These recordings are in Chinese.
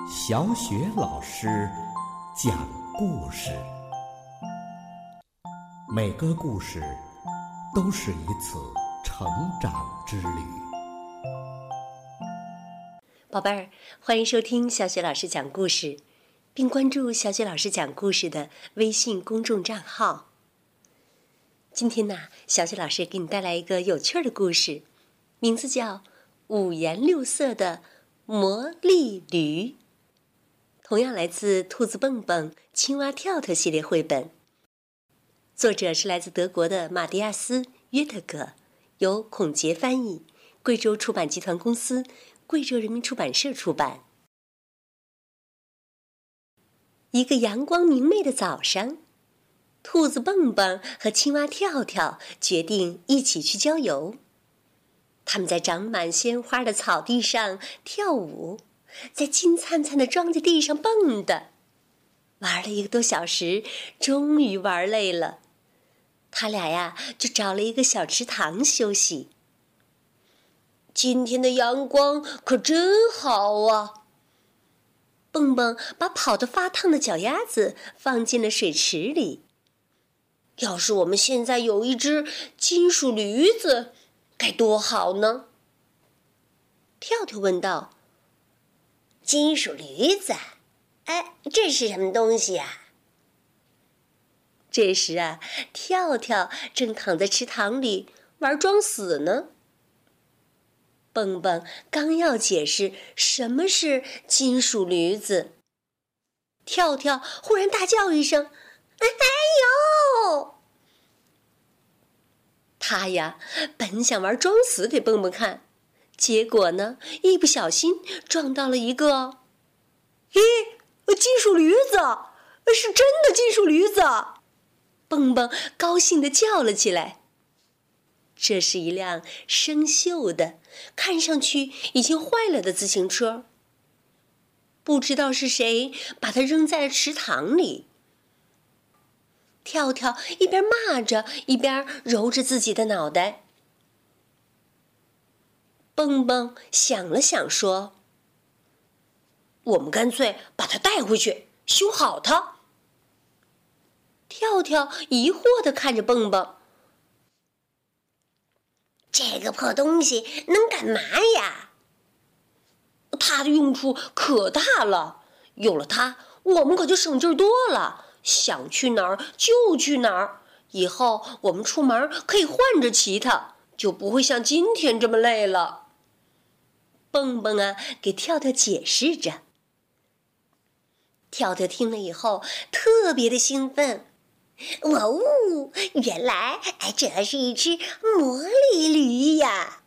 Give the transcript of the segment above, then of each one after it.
小雪老师讲故事，每个故事都是一次成长之旅。 宝贝儿，欢迎收听小雪老师讲故事，并关注小雪老师讲故事的微信公众账号。今天呢，小雪老师给你带来一个有趣的故事，名字叫《五颜六色的魔力驴》，同样来自兔子蹦蹦、青蛙跳跳系列绘本。作者是来自德国的马蒂亚斯·约特格，由孔杰翻译，贵州出版集团公司、贵州人民出版社出版。一个阳光明媚的早上，兔子蹦蹦和青蛙跳跳决定一起去郊游。他们在长满鲜花的草地上跳舞，在金灿灿的庄稼地上蹦跶。玩了1个多小时，终于玩累了。他俩呀，就找了一个小池塘休息。今天的阳光可真好啊！蹦蹦把跑得发烫的脚丫子放进了水池里。要是我们现在有一只金属驴子，该多好呢？跳跳问道。金属驴子？这是什么东西啊？这时啊，跳跳正躺在池塘里玩装死呢。蹦蹦刚要解释什么是金属驴子，跳跳忽然大叫一声：“哎呦！”他呀，本想玩装死给蹦蹦看，结果呢，一不小心撞到了一个……金属驴子！是真的金属驴子！蹦蹦高兴地叫了起来。这是一辆生锈的、看上去已经坏了的自行车。不知道是谁把它扔在了池塘里。跳跳一边骂着，一边揉着自己的脑袋。蹦蹦想了想说：“我们干脆把它带回去，修好它。”跳跳疑惑地看着蹦蹦。这个破东西能干嘛呀？它的用处可大了，有了它，我们可就省劲儿多了，想去哪儿就去哪儿。以后我们出门可以换着骑它，就不会像今天这么累了。蹦蹦啊，给跳跳解释着。跳跳听了以后，特别的兴奋。哇哦，原来这是一只魔力驴呀！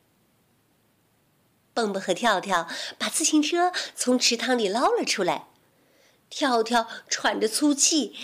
蹦蹦和跳跳把自行车从池塘里捞了出来。跳跳喘着粗气，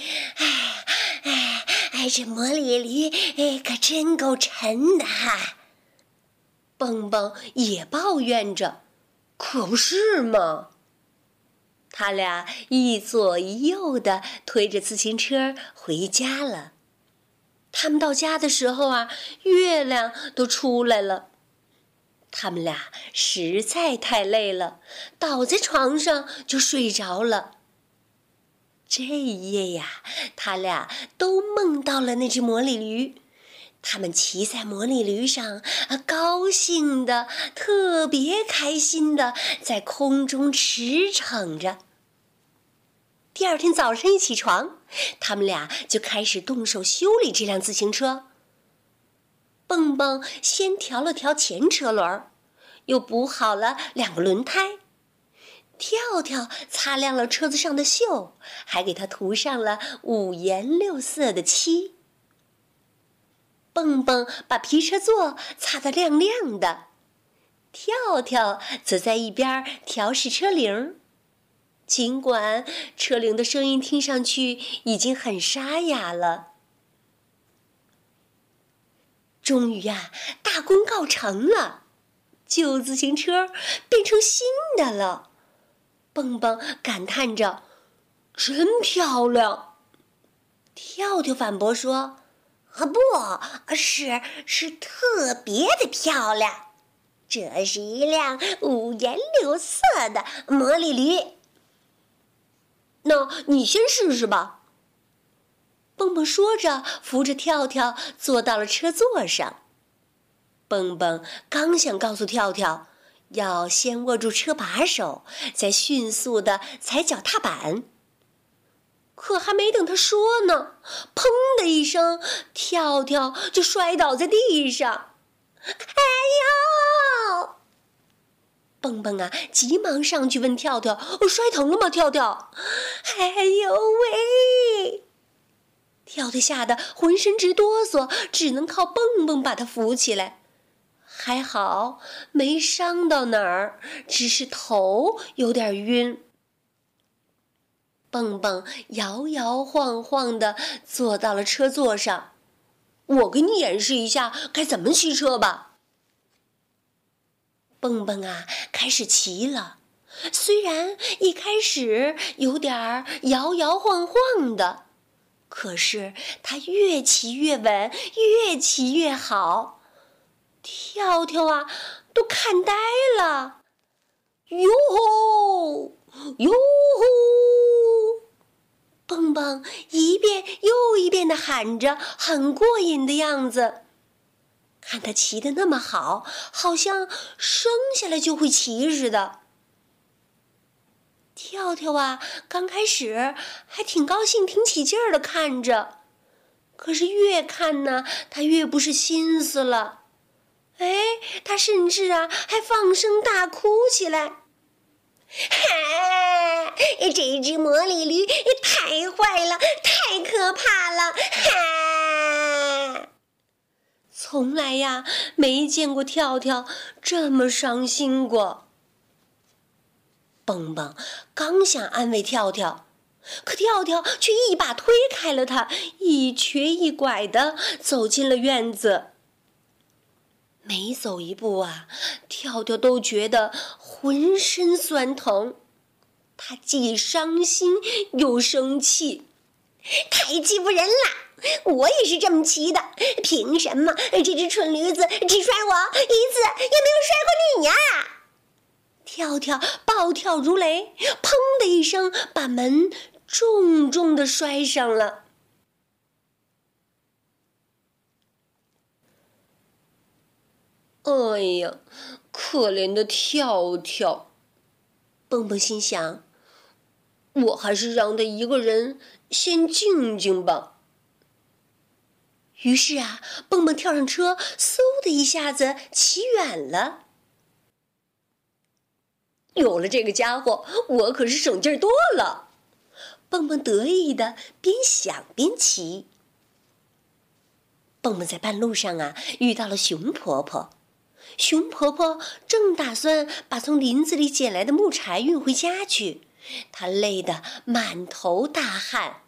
这魔力驴可真够沉的哈！蹦蹦也抱怨着，可不是嘛！他俩一左一右地推着自行车回家了。他们到家的时候啊，月亮都出来了。他们俩实在太累了，倒在床上就睡着了。这一夜呀，他俩都梦到了那只魔力驴。他们骑在魔力驴上，高兴的、特别开心的在空中驰骋着。第二天早上一起床，他们俩就开始动手修理这辆自行车。蹦蹦先调了调前车轮，又补好了2个轮胎。跳跳擦亮了车子上的锈，还给它涂上了5颜6色的漆。蹦蹦把皮车座擦得亮亮的，跳跳则在一边调试车铃。尽管车铃的声音听上去已经很沙哑了。终于呀，大功告成了，旧自行车变成新的了。蹦蹦感叹着：“真漂亮！”跳跳反驳说：“不是特别的漂亮，这是一辆5颜6色的魔力驴。 那你先试试吧。蹦蹦说着，扶着跳跳坐到了车座上。蹦蹦刚想告诉跳跳，要先握住车把手，再迅速地踩脚踏板。可还没等他说呢，砰的一声，跳跳就摔倒在地上。哎呦！蹦蹦啊，急忙上去问跳跳：“摔疼了吗？跳跳？”哎呦喂！跳跳吓得浑身直哆嗦，只能靠蹦蹦把他扶起来。还好没伤到哪儿，只是头有点晕。蹦蹦摇摇晃晃地坐到了车座上。我给你演示一下该怎么骑车吧。蹦蹦啊，开始骑了。虽然一开始有点摇摇晃晃的，可是他越骑越稳，越骑越好。跳跳啊，都看呆了。哟吼，哟吼！蹦蹦一遍又一遍地喊着，很过瘾的样子。看他骑得那么好，好像生下来就会骑似的。跳跳啊，刚开始还挺高兴、挺起劲儿的看着，可是越看呢，他越不是心思了。哎，他甚至啊，还放声大哭起来。哈！这只魔力驴太坏了，太可怕了！哈！从来呀，没见过跳跳这么伤心过。蹦蹦刚想安慰跳跳，可跳跳却一把推开了他，一瘸一拐地走进了院子。每走一步啊，跳跳都觉得浑身酸疼。他既伤心又生气，太欺负人了！我也是这么骑的，凭什么这只蠢驴子只摔我一次，也没有摔过你呀？跳跳暴跳如雷，砰的一声把门重重地摔上了。哎呀，可怜的跳跳！蹦蹦心想，我还是让他一个人先静静吧。于是啊，蹦蹦跳上车，嗖的一下子骑远了。有了这个家伙，我可是省劲儿多了。蹦蹦得意的边想边骑。蹦蹦在半路上啊，遇到了熊婆婆。熊婆婆正打算把从林子里捡来的木柴运回家去，她累得满头大汗。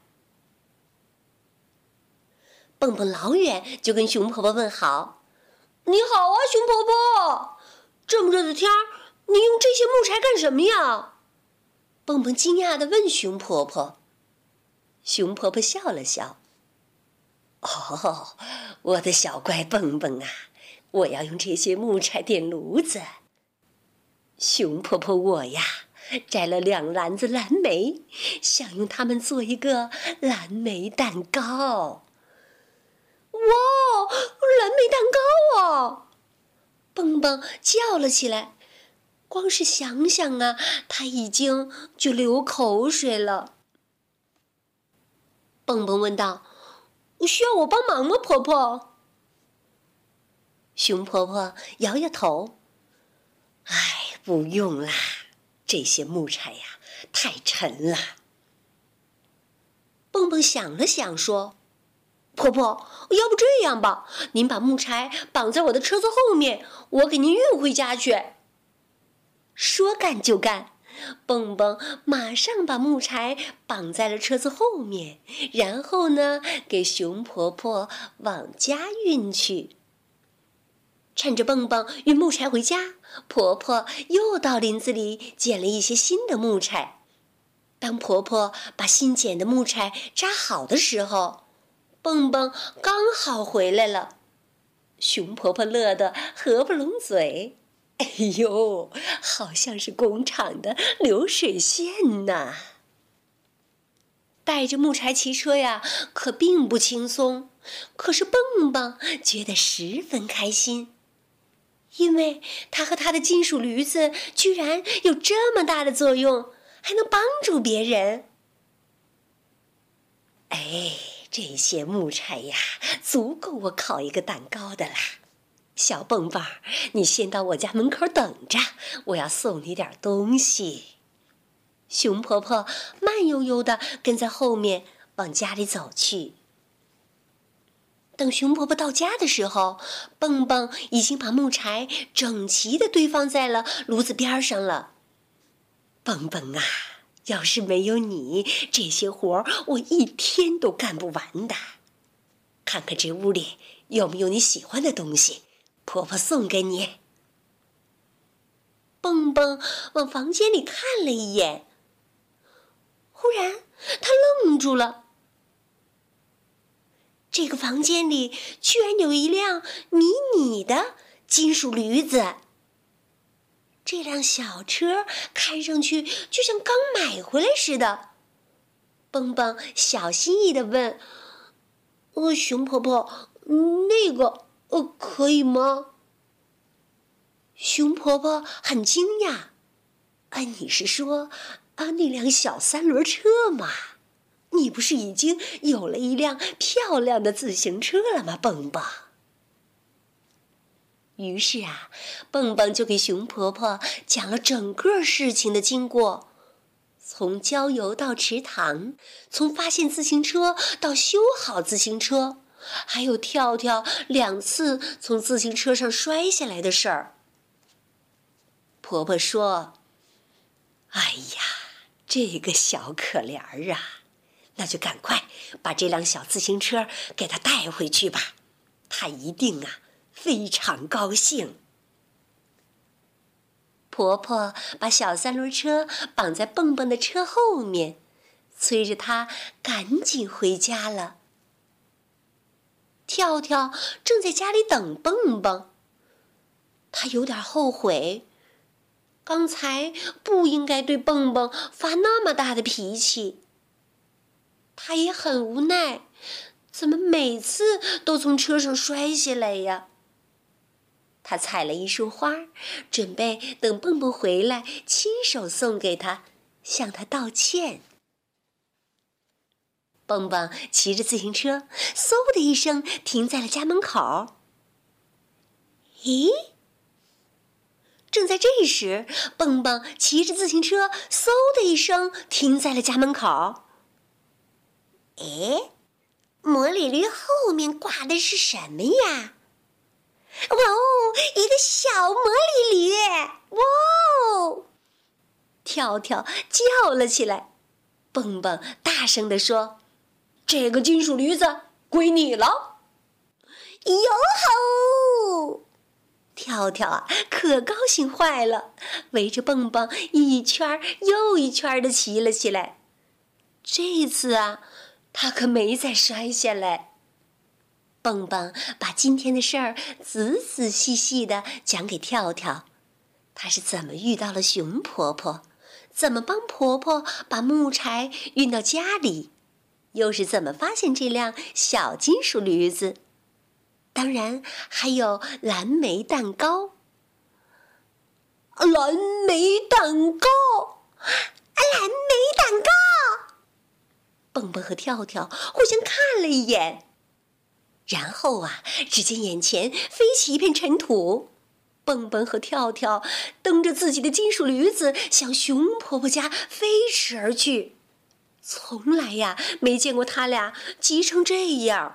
蹦蹦老远就跟熊婆婆问好：“你好啊，熊婆婆！这么热的天儿，你用这些木柴干什么呀？”蹦蹦惊讶地问熊婆婆。熊婆婆笑了笑：“哦，我的小乖蹦蹦啊，我要用这些木柴点炉子。熊婆婆我呀，摘了2篮子蓝莓，想用它们做一个蓝莓蛋糕。”哇，蓝莓蛋糕啊！蹦蹦叫了起来。光是想想啊，他已经就流口水了。蹦蹦问道：“需要我帮忙吗，婆婆？”熊婆婆摇摇头：“哎，不用啦，这些木柴呀，太沉了。”蹦蹦想了想说：“婆婆，要不这样吧，您把木柴绑在我的车子后面，我给您运回家去。”说干就干，蹦蹦马上把木柴绑在了车子后面，然后呢，给熊婆婆往家运去。趁着蹦蹦运木柴回家，婆婆又到林子里捡了一些新的木柴。当婆婆把新捡的木柴扎好的时候，蹦蹦刚好回来了。熊婆婆乐得合不拢嘴。哎呦，好像是工厂的流水线呐！ 带着木柴骑车呀，可并不轻松。可是蹦蹦觉得十分开心，因为他和他的金属驴子居然有这么大的作用，还能帮助别人。哎，这些木柴呀，足够我烤一个蛋糕的啦。小蹦蹦，你先到我家门口等着，我要送你点东西。熊婆婆慢悠悠地跟在后面往家里走去。等熊婆婆到家的时候，蹦蹦已经把木柴整齐地堆放在了炉子边上了。蹦蹦啊，要是没有你，这些活我一天都干不完的。看看这屋里有没有你喜欢的东西，婆婆送给你。蹦蹦往房间里看了一眼，忽然他愣住了。这个房间里居然有一辆迷你的金属驴子。这辆小车看上去就像刚买回来似的。蹦蹦小心翼翼地问：熊婆婆，那个可以吗？熊婆婆很惊讶：你是说那辆小三轮车吗？你不是已经有了一辆漂亮的自行车了吗，蹦蹦？于是啊，蹦蹦就给熊婆婆讲了整个事情的经过，从郊游到池塘，从发现自行车到修好自行车，还有跳跳2次从自行车上摔下来的事儿。婆婆说：哎呀，这个小可怜儿啊，那就赶快把这辆小自行车给他带回去吧，他一定非常高兴。婆婆把小三轮车绑在蹦蹦的车后面，催着他赶紧回家了。跳跳正在家里等蹦蹦，他有点后悔，刚才不应该对蹦蹦发那么大的脾气。他也很无奈，怎么每次都从车上摔下来呀？他采了一束花，准备等蹦蹦回来亲手送给他，向他道歉。蹦蹦骑着自行车，嗖的一声停在了家门口。咦？正在这时，蹦蹦骑着自行车，嗖的一声停在了家门口。哎，魔力驴后面挂的是什么呀？哇哦，一个小魔力驴！哇哦！跳跳叫了起来。蹦蹦大声地说：这个金属驴子归你了！哟吼！跳跳可高兴坏了，围着蹦蹦一圈又一圈地骑了起来。这次他可没再摔下来。蹦蹦把今天的事儿仔仔细细地讲给跳跳，他是怎么遇到了熊婆婆，怎么帮婆婆把木柴运到家里，又是怎么发现这辆小金属驴子，当然还有蓝莓蛋糕。蓝莓蛋糕，蓝莓蛋糕！蹦蹦和跳跳互相看了一眼，然后只见眼前飞起一片尘土，蹦蹦和跳跳蹬着自己的金属驴子向熊婆婆家飞驰而去。从来没见过他俩急成这样。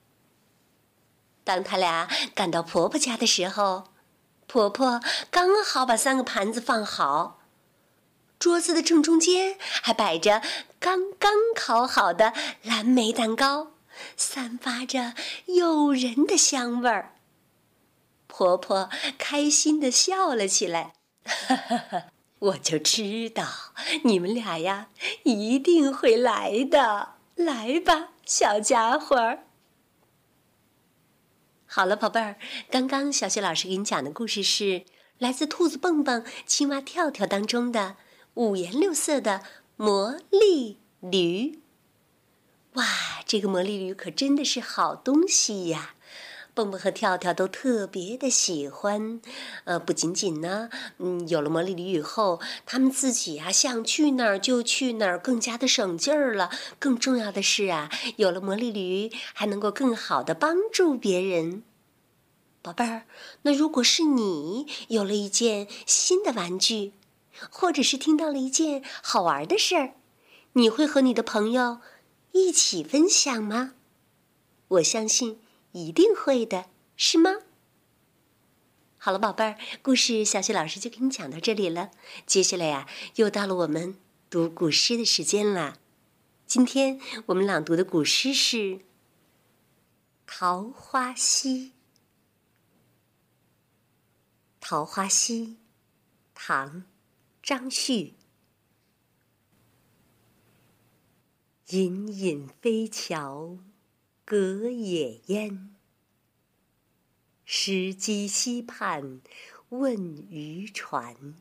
当他俩赶到婆婆家的时候，婆婆刚好把3个盘子放好，桌子的正中间还摆着刚刚烤好的蓝莓蛋糕，散发着诱人的香味儿。婆婆开心地笑了起来，哈哈哈，我就知道你们俩一定会来的，来吧，小家伙儿。好了，宝贝儿，刚刚小雪老师给你讲的故事是来自《兔子蹦蹦、青蛙跳跳》当中的5颜6色的魔力驴。 哇，这个魔力驴可真的是好东西呀！蹦蹦和跳跳都特别的喜欢，不仅仅呢，有了魔力驴以后，他们自己啊想去哪儿就去哪儿，更加的省劲儿了。更重要的是啊，有了魔力驴，还能够更好的帮助别人。宝贝儿，那如果是你有了一件新的玩具，或者是听到了一件好玩的事儿，你会和你的朋友一起分享吗？我相信一定会的，是吗？好了，宝贝儿，故事小雪老师就给你讲到这里了。接下来呀，又到了我们读古诗的时间了。今天我们朗读的古诗是《桃花溪》。《桃花溪》，唐·张旭。隐隐飞桥隔野烟，石矶溪畔问渔船。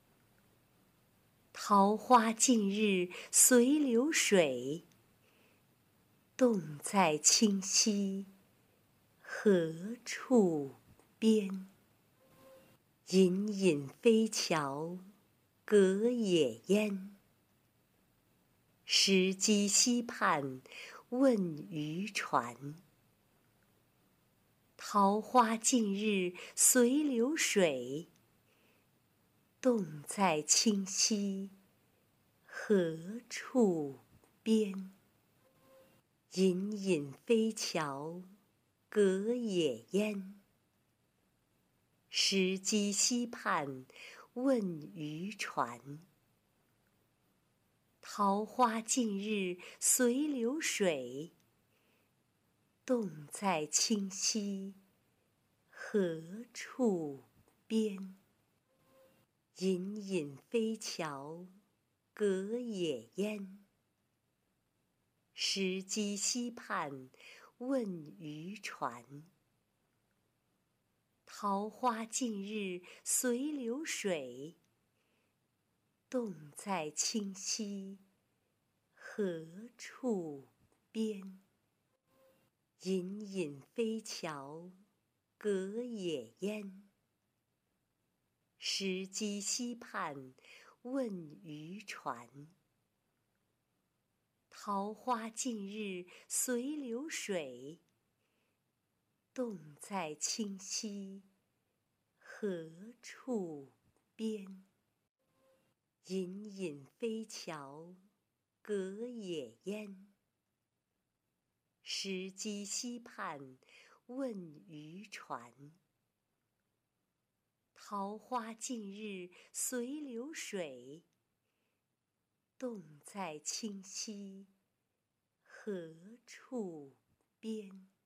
桃花尽日随流水，洞在清溪何处边？隐隐飞桥隔野烟，石矶溪畔问渔船。桃花尽日随流水，洞在清溪何处边？隐隐飞桥隔野烟，石矶溪畔问渔船。桃花尽日随流水，洞在清溪何处边？隐隐飞桥隔野烟，石矶溪畔问渔船。桃花尽日随流水，洞在清溪何处边？隐隐飞桥隔野烟，石矶溪畔问渔船。桃花尽日随流水，洞在清溪何处边？隐隐飞桥隔野烟，石矶溪畔问渔船。桃花尽日随流水，洞在清溪何处边？